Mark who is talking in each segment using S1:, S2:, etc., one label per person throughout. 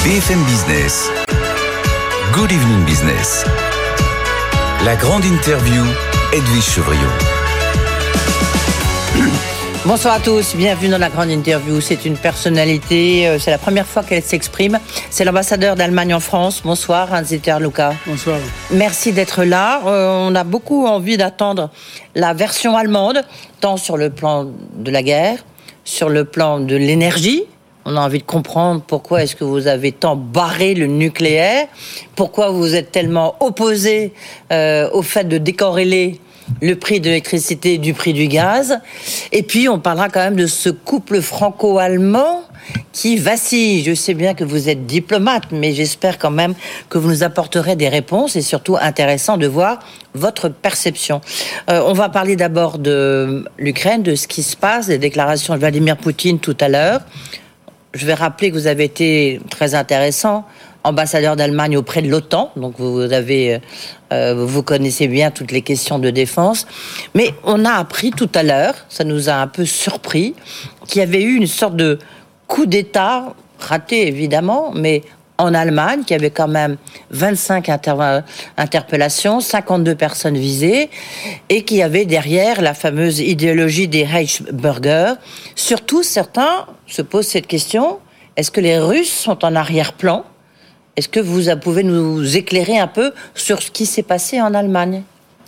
S1: BFM Business. Good Evening Business. La grande interview, Edwige Chevrillon.
S2: Bonsoir à tous, bienvenue dans la grande interview. C'est une personnalité, c'est la première fois qu'elle s'exprime. C'est l'ambassadeur d'Allemagne en France. Bonsoir, Hans-Dieter Lucas.
S3: Bonsoir.
S2: Merci d'être là. On a beaucoup envie d'attendre la version allemande, tant sur le plan de la guerre, sur le plan de l'énergie. On a envie de comprendre pourquoi est-ce que vous avez tant barré le nucléaire, pourquoi vous êtes tellement opposé au fait de décorréler le prix de l'électricité du prix du gaz. Et puis, on parlera quand même de ce couple franco-allemand qui vacille. Je sais bien que vous êtes diplomate, mais j'espère quand même que vous nous apporterez des réponses et surtout intéressant de voir votre perception. On va parler d'abord de l'Ukraine, de ce qui se passe, des déclarations de Vladimir Poutine tout à l'heure. Je vais rappeler que vous avez été très intéressant, ambassadeur d'Allemagne auprès de l'OTAN, donc vous connaissez bien toutes les questions de défense. Mais on a appris tout à l'heure, ça nous a un peu surpris, qu'il y avait eu une sorte de coup d'État, raté évidemment, mais en Allemagne, qu'il y avait quand même 25 interpellations, 52 personnes visées, et qu'il y avait derrière la fameuse idéologie des Reichsbürger. Surtout, certains se posent cette question, est-ce que les Russes sont en arrière-plan ? Est-ce que vous pouvez nous éclairer un peu sur ce qui s'est passé en Allemagne ?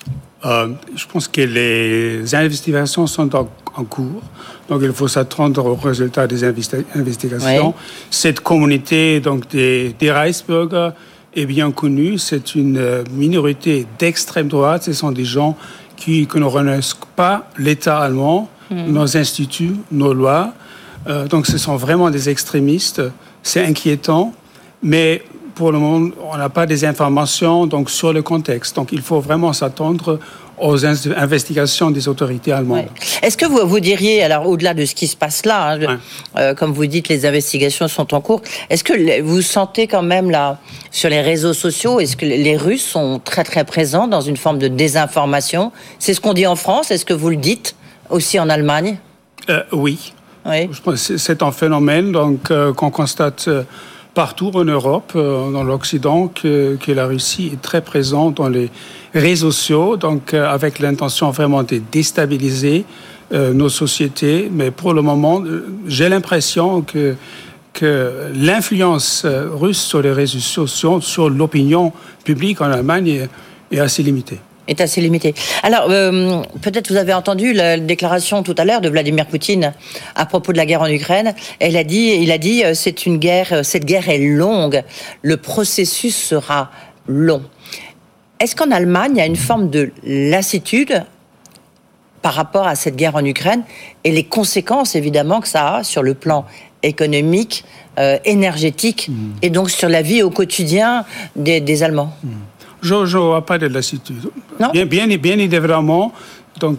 S3: Je pense que les investigations sont en cours. Donc, il faut s'attendre aux résultats des investigations. Oui. Cette communauté donc des Reichsbürger est bien connue. C'est une minorité d'extrême droite. Ce sont des gens qui ne reconnaissent pas l'État allemand, nos instituts, nos lois. Donc, ce sont vraiment des extrémistes. C'est inquiétant. Mais pour le moment, on n'a pas des informations donc, sur le contexte. Donc, il faut vraiment s'attendre aux investigations des autorités allemandes.
S2: Ouais. Est-ce que vous diriez, alors au-delà de ce qui se passe là, comme vous dites, les investigations sont en cours, est-ce que vous sentez quand même là, sur les réseaux sociaux, est-ce que les Russes sont très très présents dans une forme de désinformation ? C'est ce qu'on dit en France, est-ce que vous le dites aussi en Allemagne ?
S3: Oui.
S2: Oui.
S3: Je pense que c'est un phénomène donc, qu'on constate partout en Europe, dans l'Occident, que la Russie est très présente dans les réseaux sociaux, donc avec l'intention vraiment de déstabiliser nos sociétés. Mais pour le moment, j'ai l'impression que l'influence russe sur les réseaux sociaux, sur l'opinion publique en Allemagne est assez limitée.
S2: Est assez limité. Alors, peut-être vous avez entendu la déclaration tout à l'heure de Vladimir Poutine à propos de la guerre en Ukraine. Il a dit, c'est une guerre, cette guerre est longue, le processus sera long. Est-ce qu'en Allemagne, il y a une forme de lassitude par rapport à cette guerre en Ukraine et les conséquences, évidemment, que ça a sur le plan économique, énergétique et donc sur la vie au quotidien des Allemands ?
S3: Je ne vois pas de lassitude.
S2: Non.
S3: Bien évidemment, donc,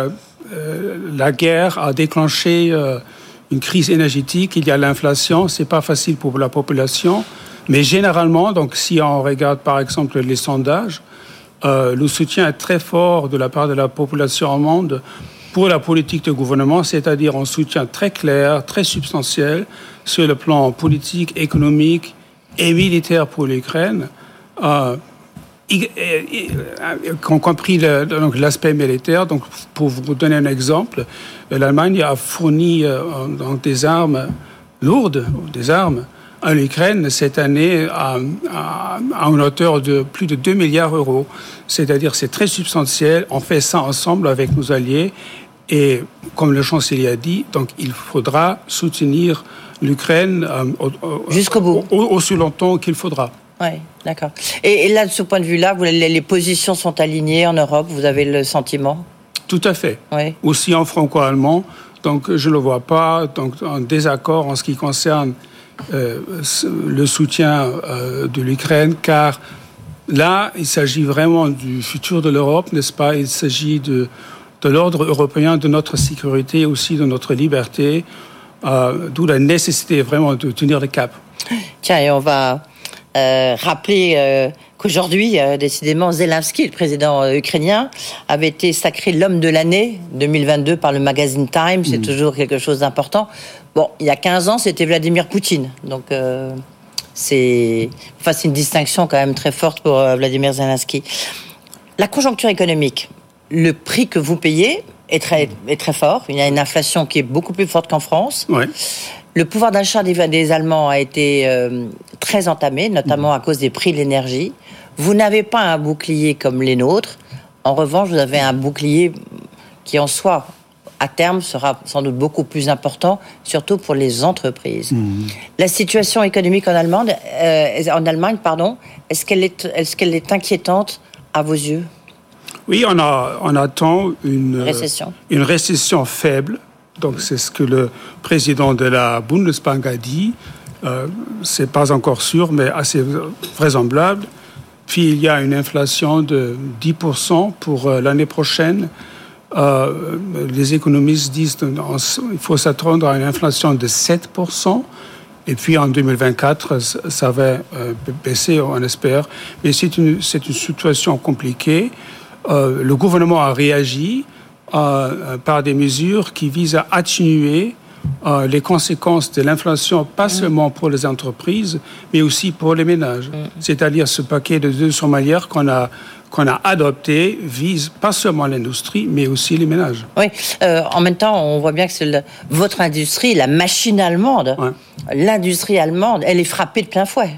S3: la guerre a déclenché une crise énergétique. Il y a l'inflation, ce n'est pas facile pour la population. Mais généralement, donc, si on regarde par exemple les sondages, le soutien est très fort de la part de la population allemande pour la politique de gouvernement, c'est-à-dire un soutien très clair, très substantiel sur le plan politique, économique et militaire pour l'Ukraine. Compris l'aspect militaire. Donc, pour vous donner un exemple, l'Allemagne a fourni donc des armes lourdes, des armes à l'Ukraine cette année à une hauteur de plus de 2 milliards d'euros. C'est-à-dire c'est très substantiel. On fait ça ensemble avec nos alliés. Et comme le chancelier a dit, donc, il faudra soutenir l'Ukraine
S2: jusqu'au bout,
S3: aussi longtemps qu'il faudra.
S2: Oui, d'accord. Et là, de ce point de vue-là, les positions sont alignées en Europe, vous avez le sentiment ?
S3: Tout à fait.
S2: Oui.
S3: Aussi en franco-allemand. Donc, je ne vois pas donc, un désaccord en ce qui concerne le soutien de l'Ukraine, car là, il s'agit vraiment du futur de l'Europe, n'est-ce pas ? Il s'agit de l'ordre européen, de notre sécurité, aussi de notre liberté, d'où la nécessité vraiment de tenir le cap.
S2: Tiens, et on va rappeler qu'aujourd'hui, décidément, Zelensky, le président ukrainien, avait été sacré l'homme de l'année 2022 par le magazine Time. C'est toujours quelque chose d'important. Bon, il y a 15 ans, c'était Vladimir Poutine. Donc, c'est une distinction quand même très forte pour Vladimir Zelensky. La conjoncture économique, le prix que vous payez est très fort. Il y a une inflation qui est beaucoup plus forte qu'en France.
S3: Ouais.
S2: Le pouvoir d'achat des Allemands a été très entamé, notamment à cause des prix de l'énergie. Vous n'avez pas un bouclier comme les nôtres. En revanche, vous avez un bouclier qui, en soi, à terme, sera sans doute beaucoup plus important, surtout pour les entreprises. La situation économique en Allemagne, est-ce qu'elle est inquiétante à vos yeux?
S3: Oui, on attend une récession faible. Donc, c'est ce que le président de la Bundesbank a dit. C'est pas encore sûr, mais assez vraisemblable. Puis, il y a une inflation de 10% pour l'année prochaine. Les économistes disent qu'il faut s'attendre à une inflation de 7%. Et puis, en 2024, ça va baisser, on espère. Mais c'est une situation compliquée. Le gouvernement a réagi par des mesures qui visent à atténuer les conséquences de l'inflation, pas seulement pour les entreprises, mais aussi pour les ménages. C'est-à-dire ce paquet de 200 milliards qu'on a adopté vise pas seulement l'industrie, mais aussi les ménages.
S2: Oui, en même temps, on voit bien que c'est votre industrie, la machine allemande, l'industrie allemande, elle est frappée de plein fouet.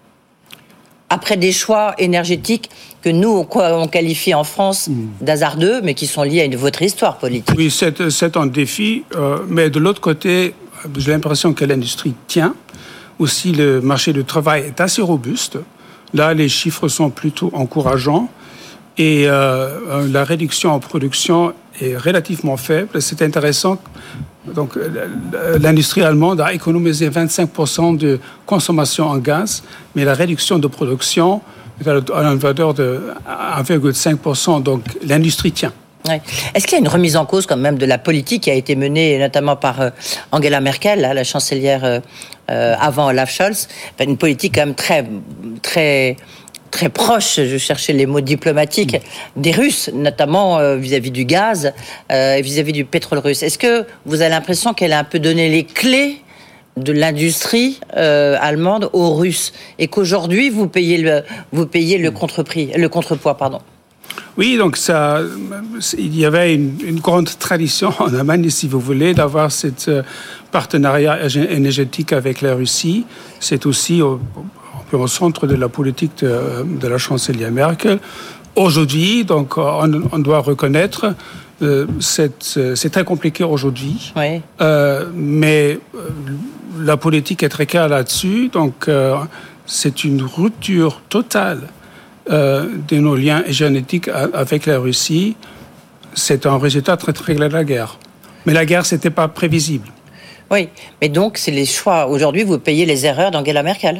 S2: Après des choix énergétiques que nous, on qualifie en France d'hasardeux, mais qui sont liés à votre histoire politique.
S3: Oui, c'est un défi, mais de l'autre côté, j'ai l'impression que l'industrie tient. Aussi, le marché du travail est assez robuste. Là, les chiffres sont plutôt encourageants. Et la réduction en production est relativement faible. C'est intéressant. Donc, l'industrie allemande a économisé 25% de consommation en gaz, mais la réduction de production est à une valeur de 1,5%. Donc, l'industrie tient.
S2: Oui. Est-ce qu'il y a une remise en cause quand même de la politique qui a été menée notamment par Angela Merkel, la chancelière avant Olaf Scholz, une politique quand même très proche, je cherchais les mots diplomatiques, des Russes, notamment vis-à-vis du gaz et vis-à-vis du pétrole russe. Est-ce que vous avez l'impression qu'elle a un peu donné les clés de l'industrie allemande aux Russes et qu'aujourd'hui vous payez le contrepoids, pardon?
S3: Oui, donc il y avait une grande tradition en Allemagne, si vous voulez, d'avoir cet partenariat énergétique avec la Russie. C'est aussi au centre de la politique de la chancelière Merkel. Aujourd'hui, donc, on doit reconnaître, c'est très compliqué aujourd'hui,
S2: oui.
S3: Mais la politique est très claire là-dessus. Donc, c'est une rupture totale de nos liens génétiques avec la Russie. C'est un résultat très, très clair de la guerre. Mais la guerre, c'était pas prévisible.
S2: Oui, mais donc, c'est les choix. Aujourd'hui, vous payez les erreurs d'Angela Merkel.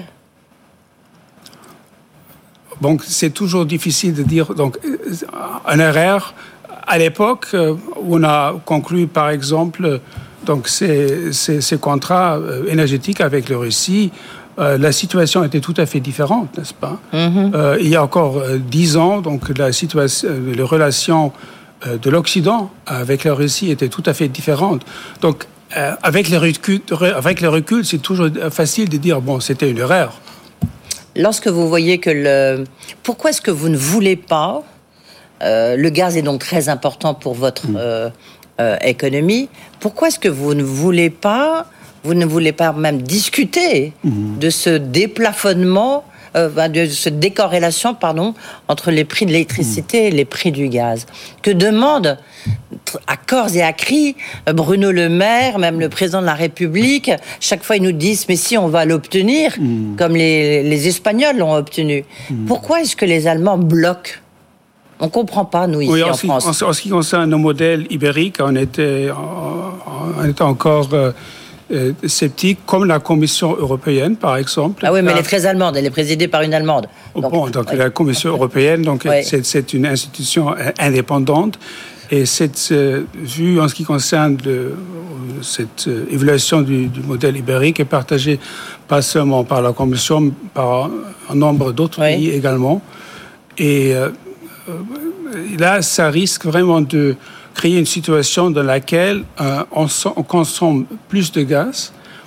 S3: Donc, c'est toujours difficile de dire. Donc, une erreur, à l'époque où on a conclu, par exemple, donc ces contrats énergétiques avec la Russie, la situation était tout à fait différente, n'est-ce pas? Il y a encore 10 ans, donc les relations de l'Occident avec la Russie étaient tout à fait différentes. Donc, avec le recul, c'est toujours facile de dire, bon, c'était une erreur.
S2: Lorsque vous voyez que pourquoi est-ce que vous ne voulez pas, le gaz est donc très important pour votre économie, pourquoi est-ce que vous ne voulez pas même discuter de ce déplafonnement, de cette décorrélation, entre les prix de l'électricité et les prix du gaz? Que demande à corps et à cri Bruno Le Maire, même le président de la République? Chaque fois, ils nous disent « mais si, on va l'obtenir », comme les Espagnols l'ont obtenu. Pourquoi est-ce que les Allemands bloquent? On ne comprend pas, nous, ici en France.
S3: En ce qui concerne nos modèles ibériques, on était encore sceptiques, comme la Commission européenne, par exemple.
S2: Ah oui, mais elle est très allemande, elle est présidée par une Allemande.
S3: Donc la Commission européenne, c'est une institution indépendante. Et cette vue, en ce qui concerne cette évaluation du modèle ibérique, est partagée pas seulement par la Commission, mais par un nombre d'autres pays également. Et là, ça risque vraiment de créer une situation dans laquelle on consomme plus de gaz,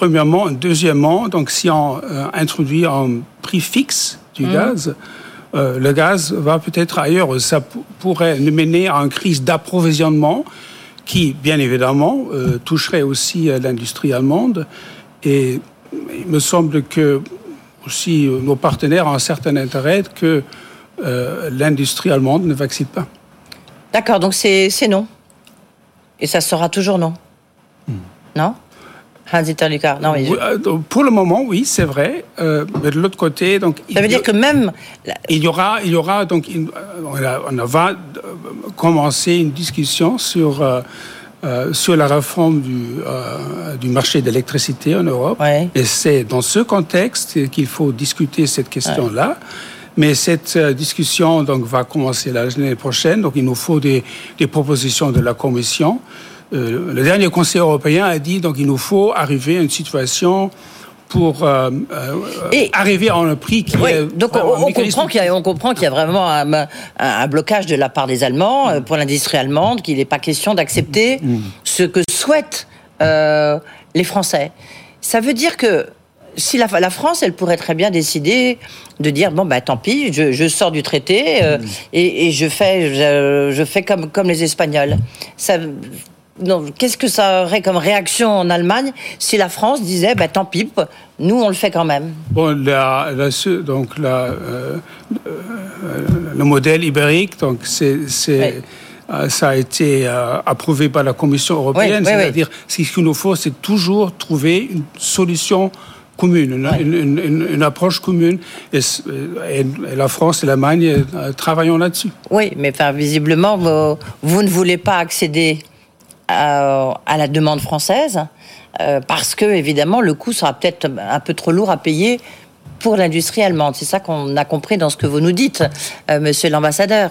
S3: premièrement. Deuxièmement, donc si on introduit un prix fixe du gaz, le gaz va peut-être ailleurs. Ça pourrait nous mener à une crise d'approvisionnement qui, bien évidemment, toucherait aussi l'industrie allemande. Et il me semble que aussi nos partenaires ont un certain intérêt que l'industrie allemande ne vaccine pas.
S2: D'accord, donc c'est non. Et ça sera toujours non. Non ? Hans-Dieter Lucas. Non, mais
S3: pour le moment, oui, c'est vrai. Mais de l'autre côté, donc
S2: ça veut dire que même
S3: il y aura donc on va commencer une discussion sur la réforme du marché d'électricité en Europe. Ouais. Et c'est dans ce contexte qu'il faut discuter cette question-là. Ouais. Mais cette discussion donc va commencer l'année prochaine. Donc il nous faut des propositions de la Commission. Le dernier Conseil européen a dit donc il nous faut arriver à une situation pour arriver à un prix qui est...
S2: Donc on comprend qu'il y a vraiment un blocage de la part des Allemands pour l'industrie allemande, qu'il n'est pas question d'accepter ce que souhaitent les Français. Ça veut dire que si la France, elle pourrait très bien décider de dire bon tant pis, je sors du traité et je fais comme les Espagnols. Non, qu'est-ce que ça aurait comme réaction en Allemagne si la France disait tant pis, nous on le fait quand même.
S3: Bon, le modèle ibérique, donc ça a été approuvé par la Commission européenne. C'est-à-dire ce qu'il nous faut, c'est toujours trouver une solution commune, une approche commune, et la France et l'Allemagne travaillons là-dessus.
S2: Oui, mais visiblement vous ne voulez pas accéder à la demande française, parce que, évidemment, le coût sera peut-être un peu trop lourd à payer pour l'industrie allemande. C'est ça qu'on a compris dans ce que vous nous dites, monsieur l'ambassadeur.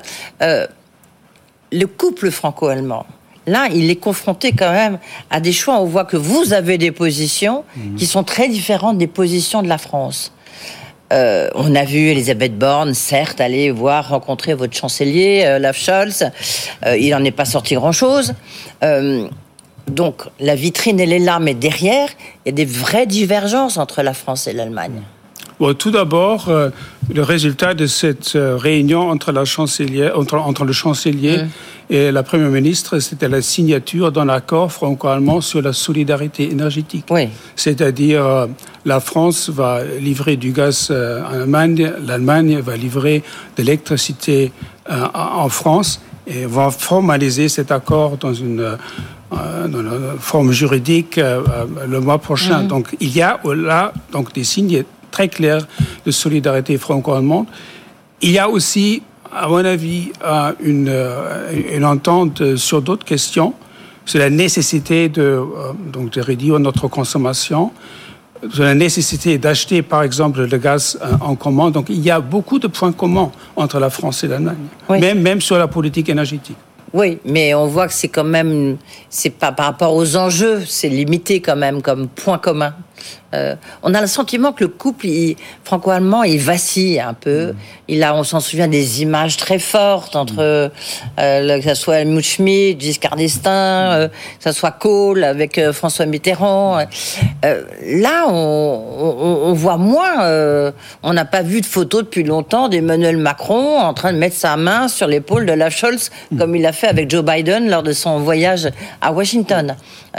S2: Le couple franco-allemand, là, il est confronté quand même à des choix. On voit que vous avez des positions qui sont très différentes des positions de la France. On a vu Elisabeth Borne, certes, aller rencontrer votre chancelier, Olaf Scholz. Il n'en est pas sorti grand-chose. Donc, la vitrine, elle est là, mais derrière, il y a des vraies divergences entre la France et l'Allemagne.
S3: Bon, tout d'abord, le résultat de cette réunion entre le chancelier et la Première ministre, c'était la signature d'un accord franco-allemand sur la solidarité énergétique. Oui. C'est-à-dire, la France va livrer du gaz en Allemagne, l'Allemagne va livrer de l'électricité en France, et va formaliser cet accord dans une forme juridique le mois prochain. Donc, il y a là donc des signes très clair de solidarité franco-allemande. Il y a aussi, à mon avis, une entente sur d'autres questions, sur la nécessité de réduire notre consommation, sur la nécessité d'acheter, par exemple, le gaz en commun. Donc, il y a beaucoup de points communs entre la France et l'Allemagne, même sur la politique énergétique.
S2: Oui, mais on voit que c'est quand même, c'est pas par rapport aux enjeux, c'est limité quand même comme point commun. On a le sentiment que le couple franco-allemand, il vacille un peu. On s'en souvient des images très fortes entre, que ça soit Helmut Schmidt, Giscard d'Estaing, que ça soit Kohl avec François Mitterrand. Là, on voit moins. On n'a pas vu de photos depuis longtemps d'Emmanuel Macron en train de mettre sa main sur l'épaule de Olaf Scholz, comme il l'a fait avec Joe Biden lors de son voyage à Washington.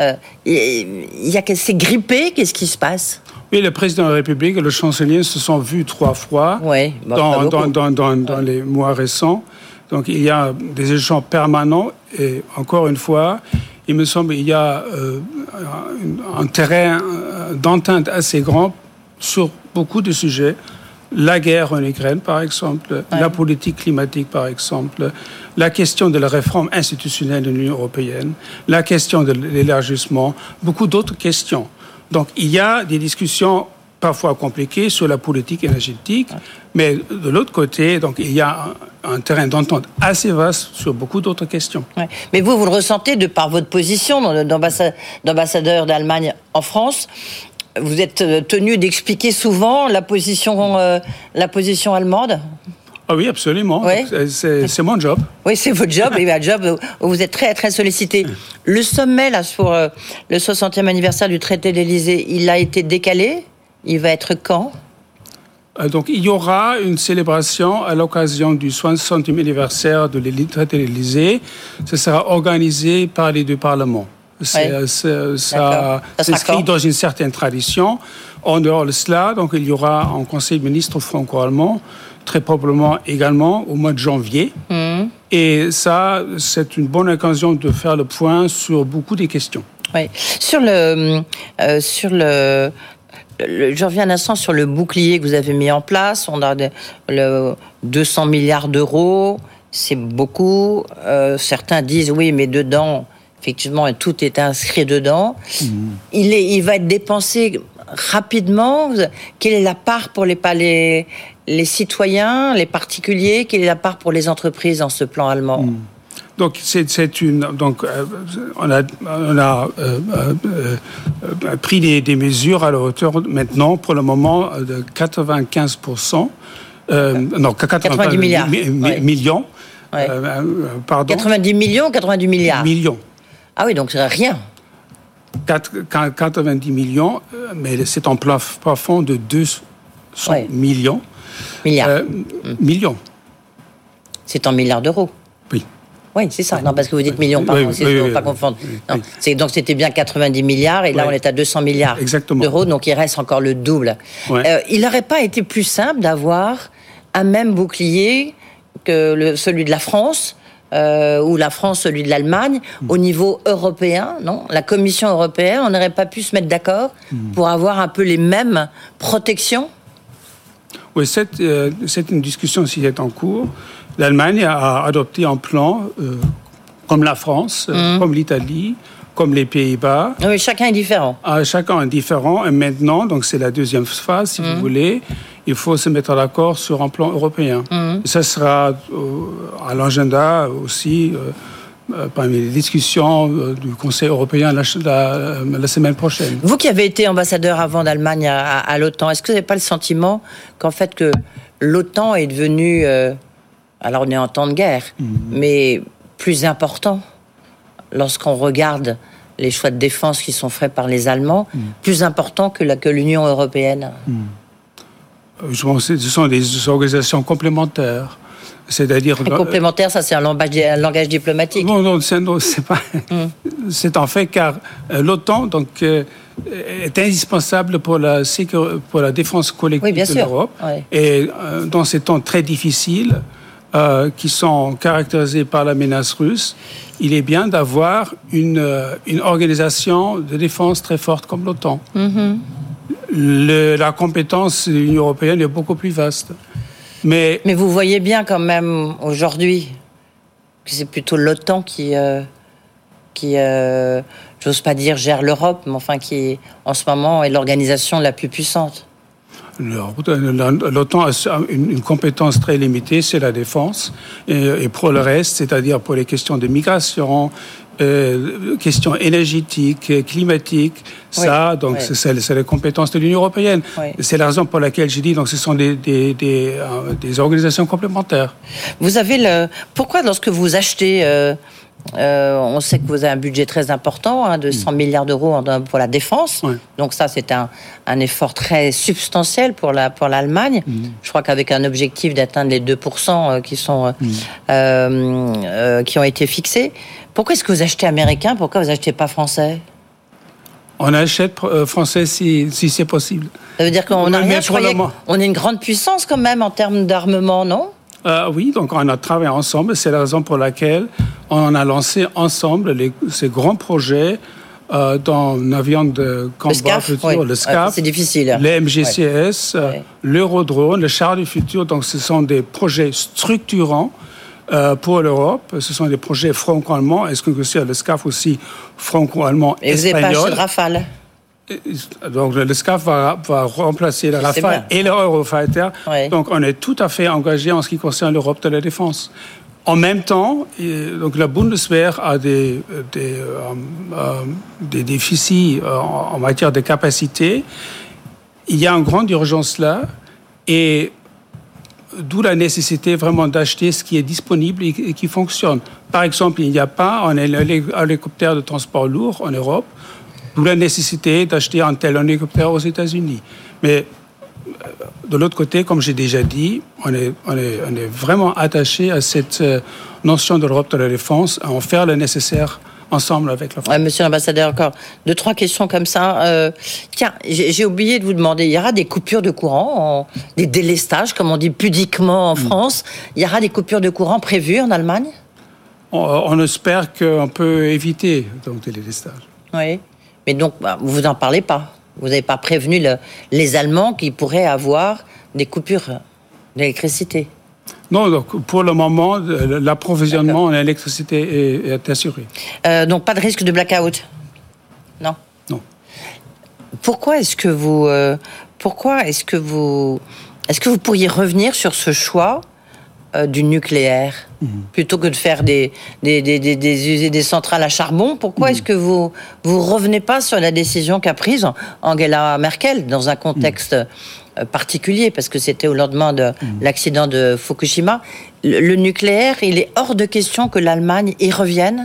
S2: C'est grippé, qu'est-ce qui se passe?
S3: Oui, le président de la République et le chancelier se sont vus 3 fois dans les mois récents. Donc il y a des échanges permanents et encore une fois, il me semble qu'il y a un terrain d'entente assez grand sur beaucoup de sujets. La guerre en Ukraine, par exemple, la politique climatique, par exemple, la question de la réforme institutionnelle de l'Union européenne, la question de l'élargissement, beaucoup d'autres questions. Donc, il y a des discussions parfois compliquées sur la politique énergétique, mais de l'autre côté, donc, il y a un terrain d'entente assez vaste sur beaucoup d'autres questions.
S2: Ouais. Mais vous le ressentez de par votre position d'ambassadeur d'Allemagne en France. Vous êtes tenu d'expliquer souvent la position allemande ?
S3: Ah oui, absolument.
S2: Ouais.
S3: C'est mon job.
S2: Oui, c'est votre job, et un job où vous êtes très, très sollicité. Le sommet, là, sur le 60e anniversaire du traité de l'Élysée, il a été décalé. Il va être quand ?
S3: Donc, il y aura une célébration à l'occasion du 60e anniversaire de traité de l'Élysée. Ce sera organisé par les deux parlements. Ça s'inscrit dans une certaine tradition. En dehors de cela, donc, il y aura un conseil de ministres franco-allemand, très probablement également au mois de janvier. Et ça, c'est une bonne occasion de faire le point sur beaucoup des questions.
S2: Oui. Je reviens un instant sur le bouclier que vous avez mis en place. On a 200 milliards d'euros, c'est beaucoup. Certains disent oui, mais dedans, effectivement, tout est inscrit dedans. Il va être dépensé rapidement. Quelle est la part pour les citoyens, les particuliers? Quelle est la part pour les entreprises dans ce plan allemand?
S3: Donc, on a pris des mesures à la hauteur maintenant, pour le moment, de 95%.
S2: 90 milliards.
S3: Millions.
S2: Ouais.
S3: Pardon.
S2: 90 millions ou 90 milliards?
S3: Millions.
S2: Ah oui, donc c'est rien.
S3: 90 millions, mais c'est en plafond de 200 millions. Millions.
S2: C'est en milliards d'euros.
S3: Oui.
S2: Oui, c'est ça. Non, parce que vous dites millions, pardon, il ne faut pas confondre. Non, donc c'était bien 90 milliards, et là on est à 200 milliards d'euros, donc il reste encore le double. Ouais. Il n'aurait pas été plus simple d'avoir un même bouclier que celui de la France, ou la France, celui de l'Allemagne, au niveau européen, non ? La Commission européenne, on n'aurait pas pu se mettre d'accord pour avoir un peu les mêmes protections ?
S3: Oui, c'est une discussion qui est en cours. L'Allemagne a adopté un plan comme la France, comme l'Italie, comme les Pays-Bas.
S2: Oui, chacun est différent.
S3: Chacun est différent. Et maintenant, donc c'est la deuxième phase, si vous voulez. Il faut se mettre d'accord sur un plan européen. Ça sera à l'agenda aussi parmi les discussions du Conseil européen la semaine prochaine.
S2: Vous qui avez été ambassadeur avant d'Allemagne à l'OTAN, est-ce que vous n'avez pas le sentiment qu'en fait que l'OTAN est devenue... alors on est en temps de guerre, mais plus important lorsqu'on regarde les choix de défense qui sont faits par les Allemands, plus important que l'Union européenne?
S3: Je pense que ce sont des organisations complémentaires. C'est-à-dire...
S2: Complémentaire, ça c'est un langage diplomatique.
S3: Non, c'est pas... C'est en fait car l'OTAN donc, est indispensable pour la défense collective de l'Europe. Oui. Et dans ces temps très difficiles, qui sont caractérisés par la menace russe, il est bien d'avoir une organisation de défense très forte comme l'OTAN. La compétence de l'Union européenne est beaucoup plus vaste. Mais
S2: vous voyez bien quand même aujourd'hui que c'est plutôt l'OTAN qui j'ose pas dire gère l'Europe, mais enfin qui en ce moment est l'organisation la plus puissante.
S3: L'OTAN a une compétence très limitée, c'est la défense. Et pour le reste, c'est-à-dire pour les questions de migration, questions énergétiques, climatiques, c'est les compétences de l'Union européenne. C'est la raison pour laquelle j'ai dit, donc ce sont des organisations complémentaires.
S2: Vous avez pourquoi lorsque vous achetez... on sait que vous avez un budget très important, de 100 milliards d'euros pour la défense. Donc ça, c'est un effort très substantiel pour l'Allemagne. Je crois qu'avec un objectif d'atteindre les 2% qui ont été fixés. Pourquoi est-ce que vous achetez américain ? Pourquoi vous n'achetez pas français ?
S3: On achète français si c'est possible.
S2: Ça veut dire qu'on n'a rien. On est une grande puissance quand même en termes d'armement, non ?
S3: Oui, donc on a travaillé ensemble. C'est la raison pour laquelle on a lancé ensemble ces grands projets dans l'avion de combat futur, le SCAF,
S2: c'est difficile.
S3: Les MGCS, l'Eurodrone, le char du futur. Donc ce sont des projets structurants pour l'Europe. Ce sont des projets franco-allemands. Est-ce que vous savez, le SCAF aussi franco-allemand espagnol.
S2: Et vous n'avez pas acheté de Rafale ?
S3: Donc le SCAF va remplacer le Rafale et le Eurofighter. Donc on est tout à fait engagé en ce qui concerne l'Europe de la défense. En même temps, donc la Bundeswehr a des déficits en matière de capacité. Il y a une grande urgence là, et d'où la nécessité vraiment d'acheter ce qui est disponible et qui fonctionne. Par exemple, il n'y a pas un hélicoptère de transport lourd en Europe, d'où la nécessité d'acheter un tel hélicoptère aux États-Unis. Mais de l'autre côté, comme j'ai déjà dit, on est vraiment attaché à cette notion de l'Europe de la défense, à en faire le nécessaire ensemble avec la France.
S2: Ouais, monsieur l'ambassadeur, encore 2-3 questions comme ça. Tiens, j'ai oublié de vous demander, il y aura des coupures de courant, des délestages, comme on dit pudiquement en France. Il y aura des coupures de courant prévues en Allemagne ?
S3: On espère qu'on peut éviter donc, des délestages.
S2: Oui, mais donc, vous n'en parlez pas. Vous n'avez pas prévenu les Allemands qui pourraient avoir des coupures d'électricité.
S3: Non, donc pour le moment, l'approvisionnement en électricité est assuré.
S2: Donc pas de risque de blackout ? Non.
S3: Non.
S2: Pourquoi est-ce que vous pourriez revenir sur ce choix du nucléaire plutôt que de faire des centrales à charbon? Pourquoi est-ce que vous revenez pas sur la décision qu'a prise Angela Merkel dans un contexte particulier, parce que c'était au lendemain de l'accident de Fukushima? Le nucléaire, il est hors de question que l'Allemagne y revienne.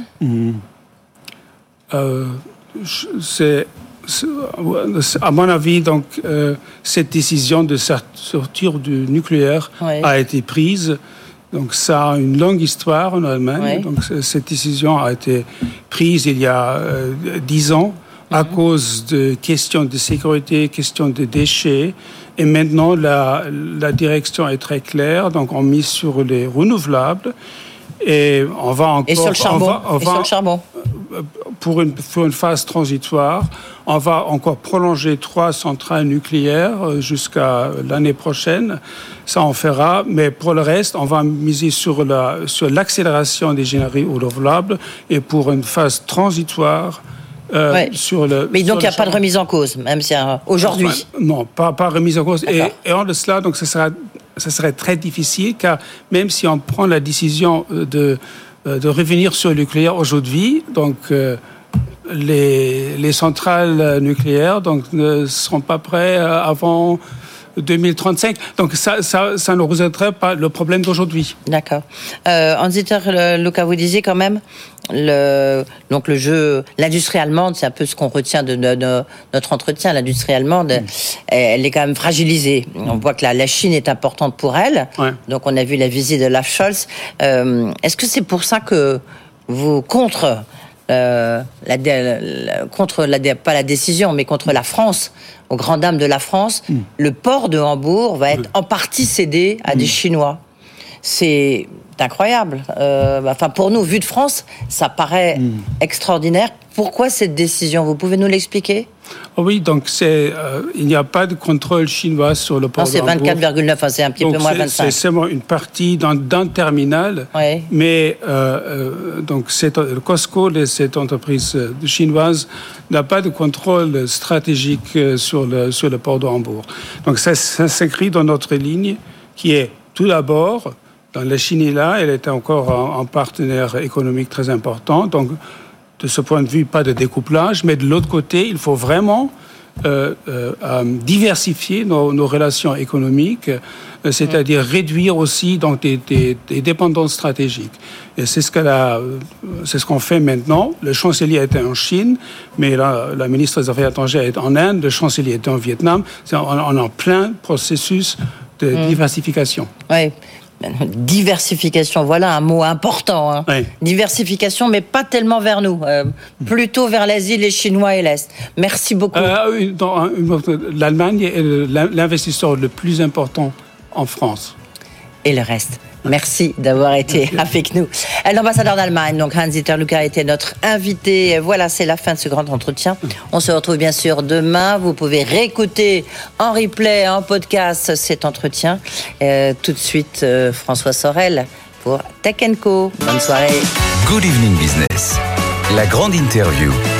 S3: C'est à mon avis, donc, cette décision de sortir du nucléaire a été prise. Donc, ça a une longue histoire en Allemagne. Donc, cette décision a été prise il y a 10 ans à cause de questions de sécurité, questions de déchets. Et maintenant, la direction est très claire. Donc, on mise sur les renouvelables. Et on va encore...
S2: Et sur le charbon.
S3: Pour une phase transitoire, on va encore prolonger 3 centrales nucléaires jusqu'à l'année prochaine. Ça, on fera. Mais pour le reste, on va miser sur l'accélération des énergies renouvelables et pour une phase transitoire sur le...
S2: Mais donc, il n'y a pas de remise en cause, même si aujourd'hui...
S3: Enfin, non, pas remise en cause. Et en de cela, donc, ça serait très difficile, car même si on prend la décision de revenir sur le nucléaire aujourd'hui, donc les centrales nucléaires donc ne seront pas prêtes avant 2035. Donc ça ne résoudrait pas le problème d'aujourd'hui.
S2: D'accord. Hans-Dieter Lucas, vous disiez quand même l'industrie allemande, c'est un peu ce qu'on retient de notre entretien. L'industrie allemande, elle est quand même fragilisée. On voit que la Chine est importante pour elle. Ouais. Donc on a vu la visite de Olaf Scholz. Est-ce que c'est pour ça que vous contre pas la décision, mais contre la France, aux grandes dames de la France, le port de Hambourg va être en partie cédé à des Chinois. C'est incroyable. Pour nous, vu de France, ça paraît extraordinaire. Pourquoi cette décision ? Vous pouvez nous l'expliquer ?
S3: Oui, donc il n'y a pas de contrôle chinois sur le port de Hambourg.
S2: C'est 24,9, c'est un petit peu moins de 25.
S3: C'est seulement une partie d'un terminal, mais donc le COSCO, cette entreprise chinoise, n'a pas de contrôle stratégique sur le port de Hambourg. Donc ça s'inscrit dans notre ligne, qui est tout d'abord, dans la Chine est là, elle est encore un partenaire économique très important, donc de ce point de vue, pas de découplage, mais de l'autre côté, il faut vraiment diversifier nos relations économiques, c'est-à-dire réduire aussi donc, des dépendances stratégiques. Et c'est ce qu'on fait maintenant. Le chancelier était en Chine, mais la ministre des Affaires étrangères est en Inde, le chancelier est en Vietnam. On est en plein processus de diversification.
S2: Oui. Diversification, voilà un mot important. Hein. Oui. Diversification, mais pas tellement vers nous, plutôt vers l'Asie, les Chinois et l'Est. Merci beaucoup.
S3: L'Allemagne est l'investisseur le plus important en France.
S2: Et le reste. Merci d'avoir été avec nous. L'ambassadeur d'Allemagne, donc Hans-Dieter Lucas, était notre invité. Voilà, c'est la fin de ce grand entretien. On se retrouve bien sûr demain. Vous pouvez réécouter en replay, en podcast cet entretien. Tout de suite, François Sorel pour Tech & Co. Bonne soirée.
S1: Good Evening Business. La grande interview.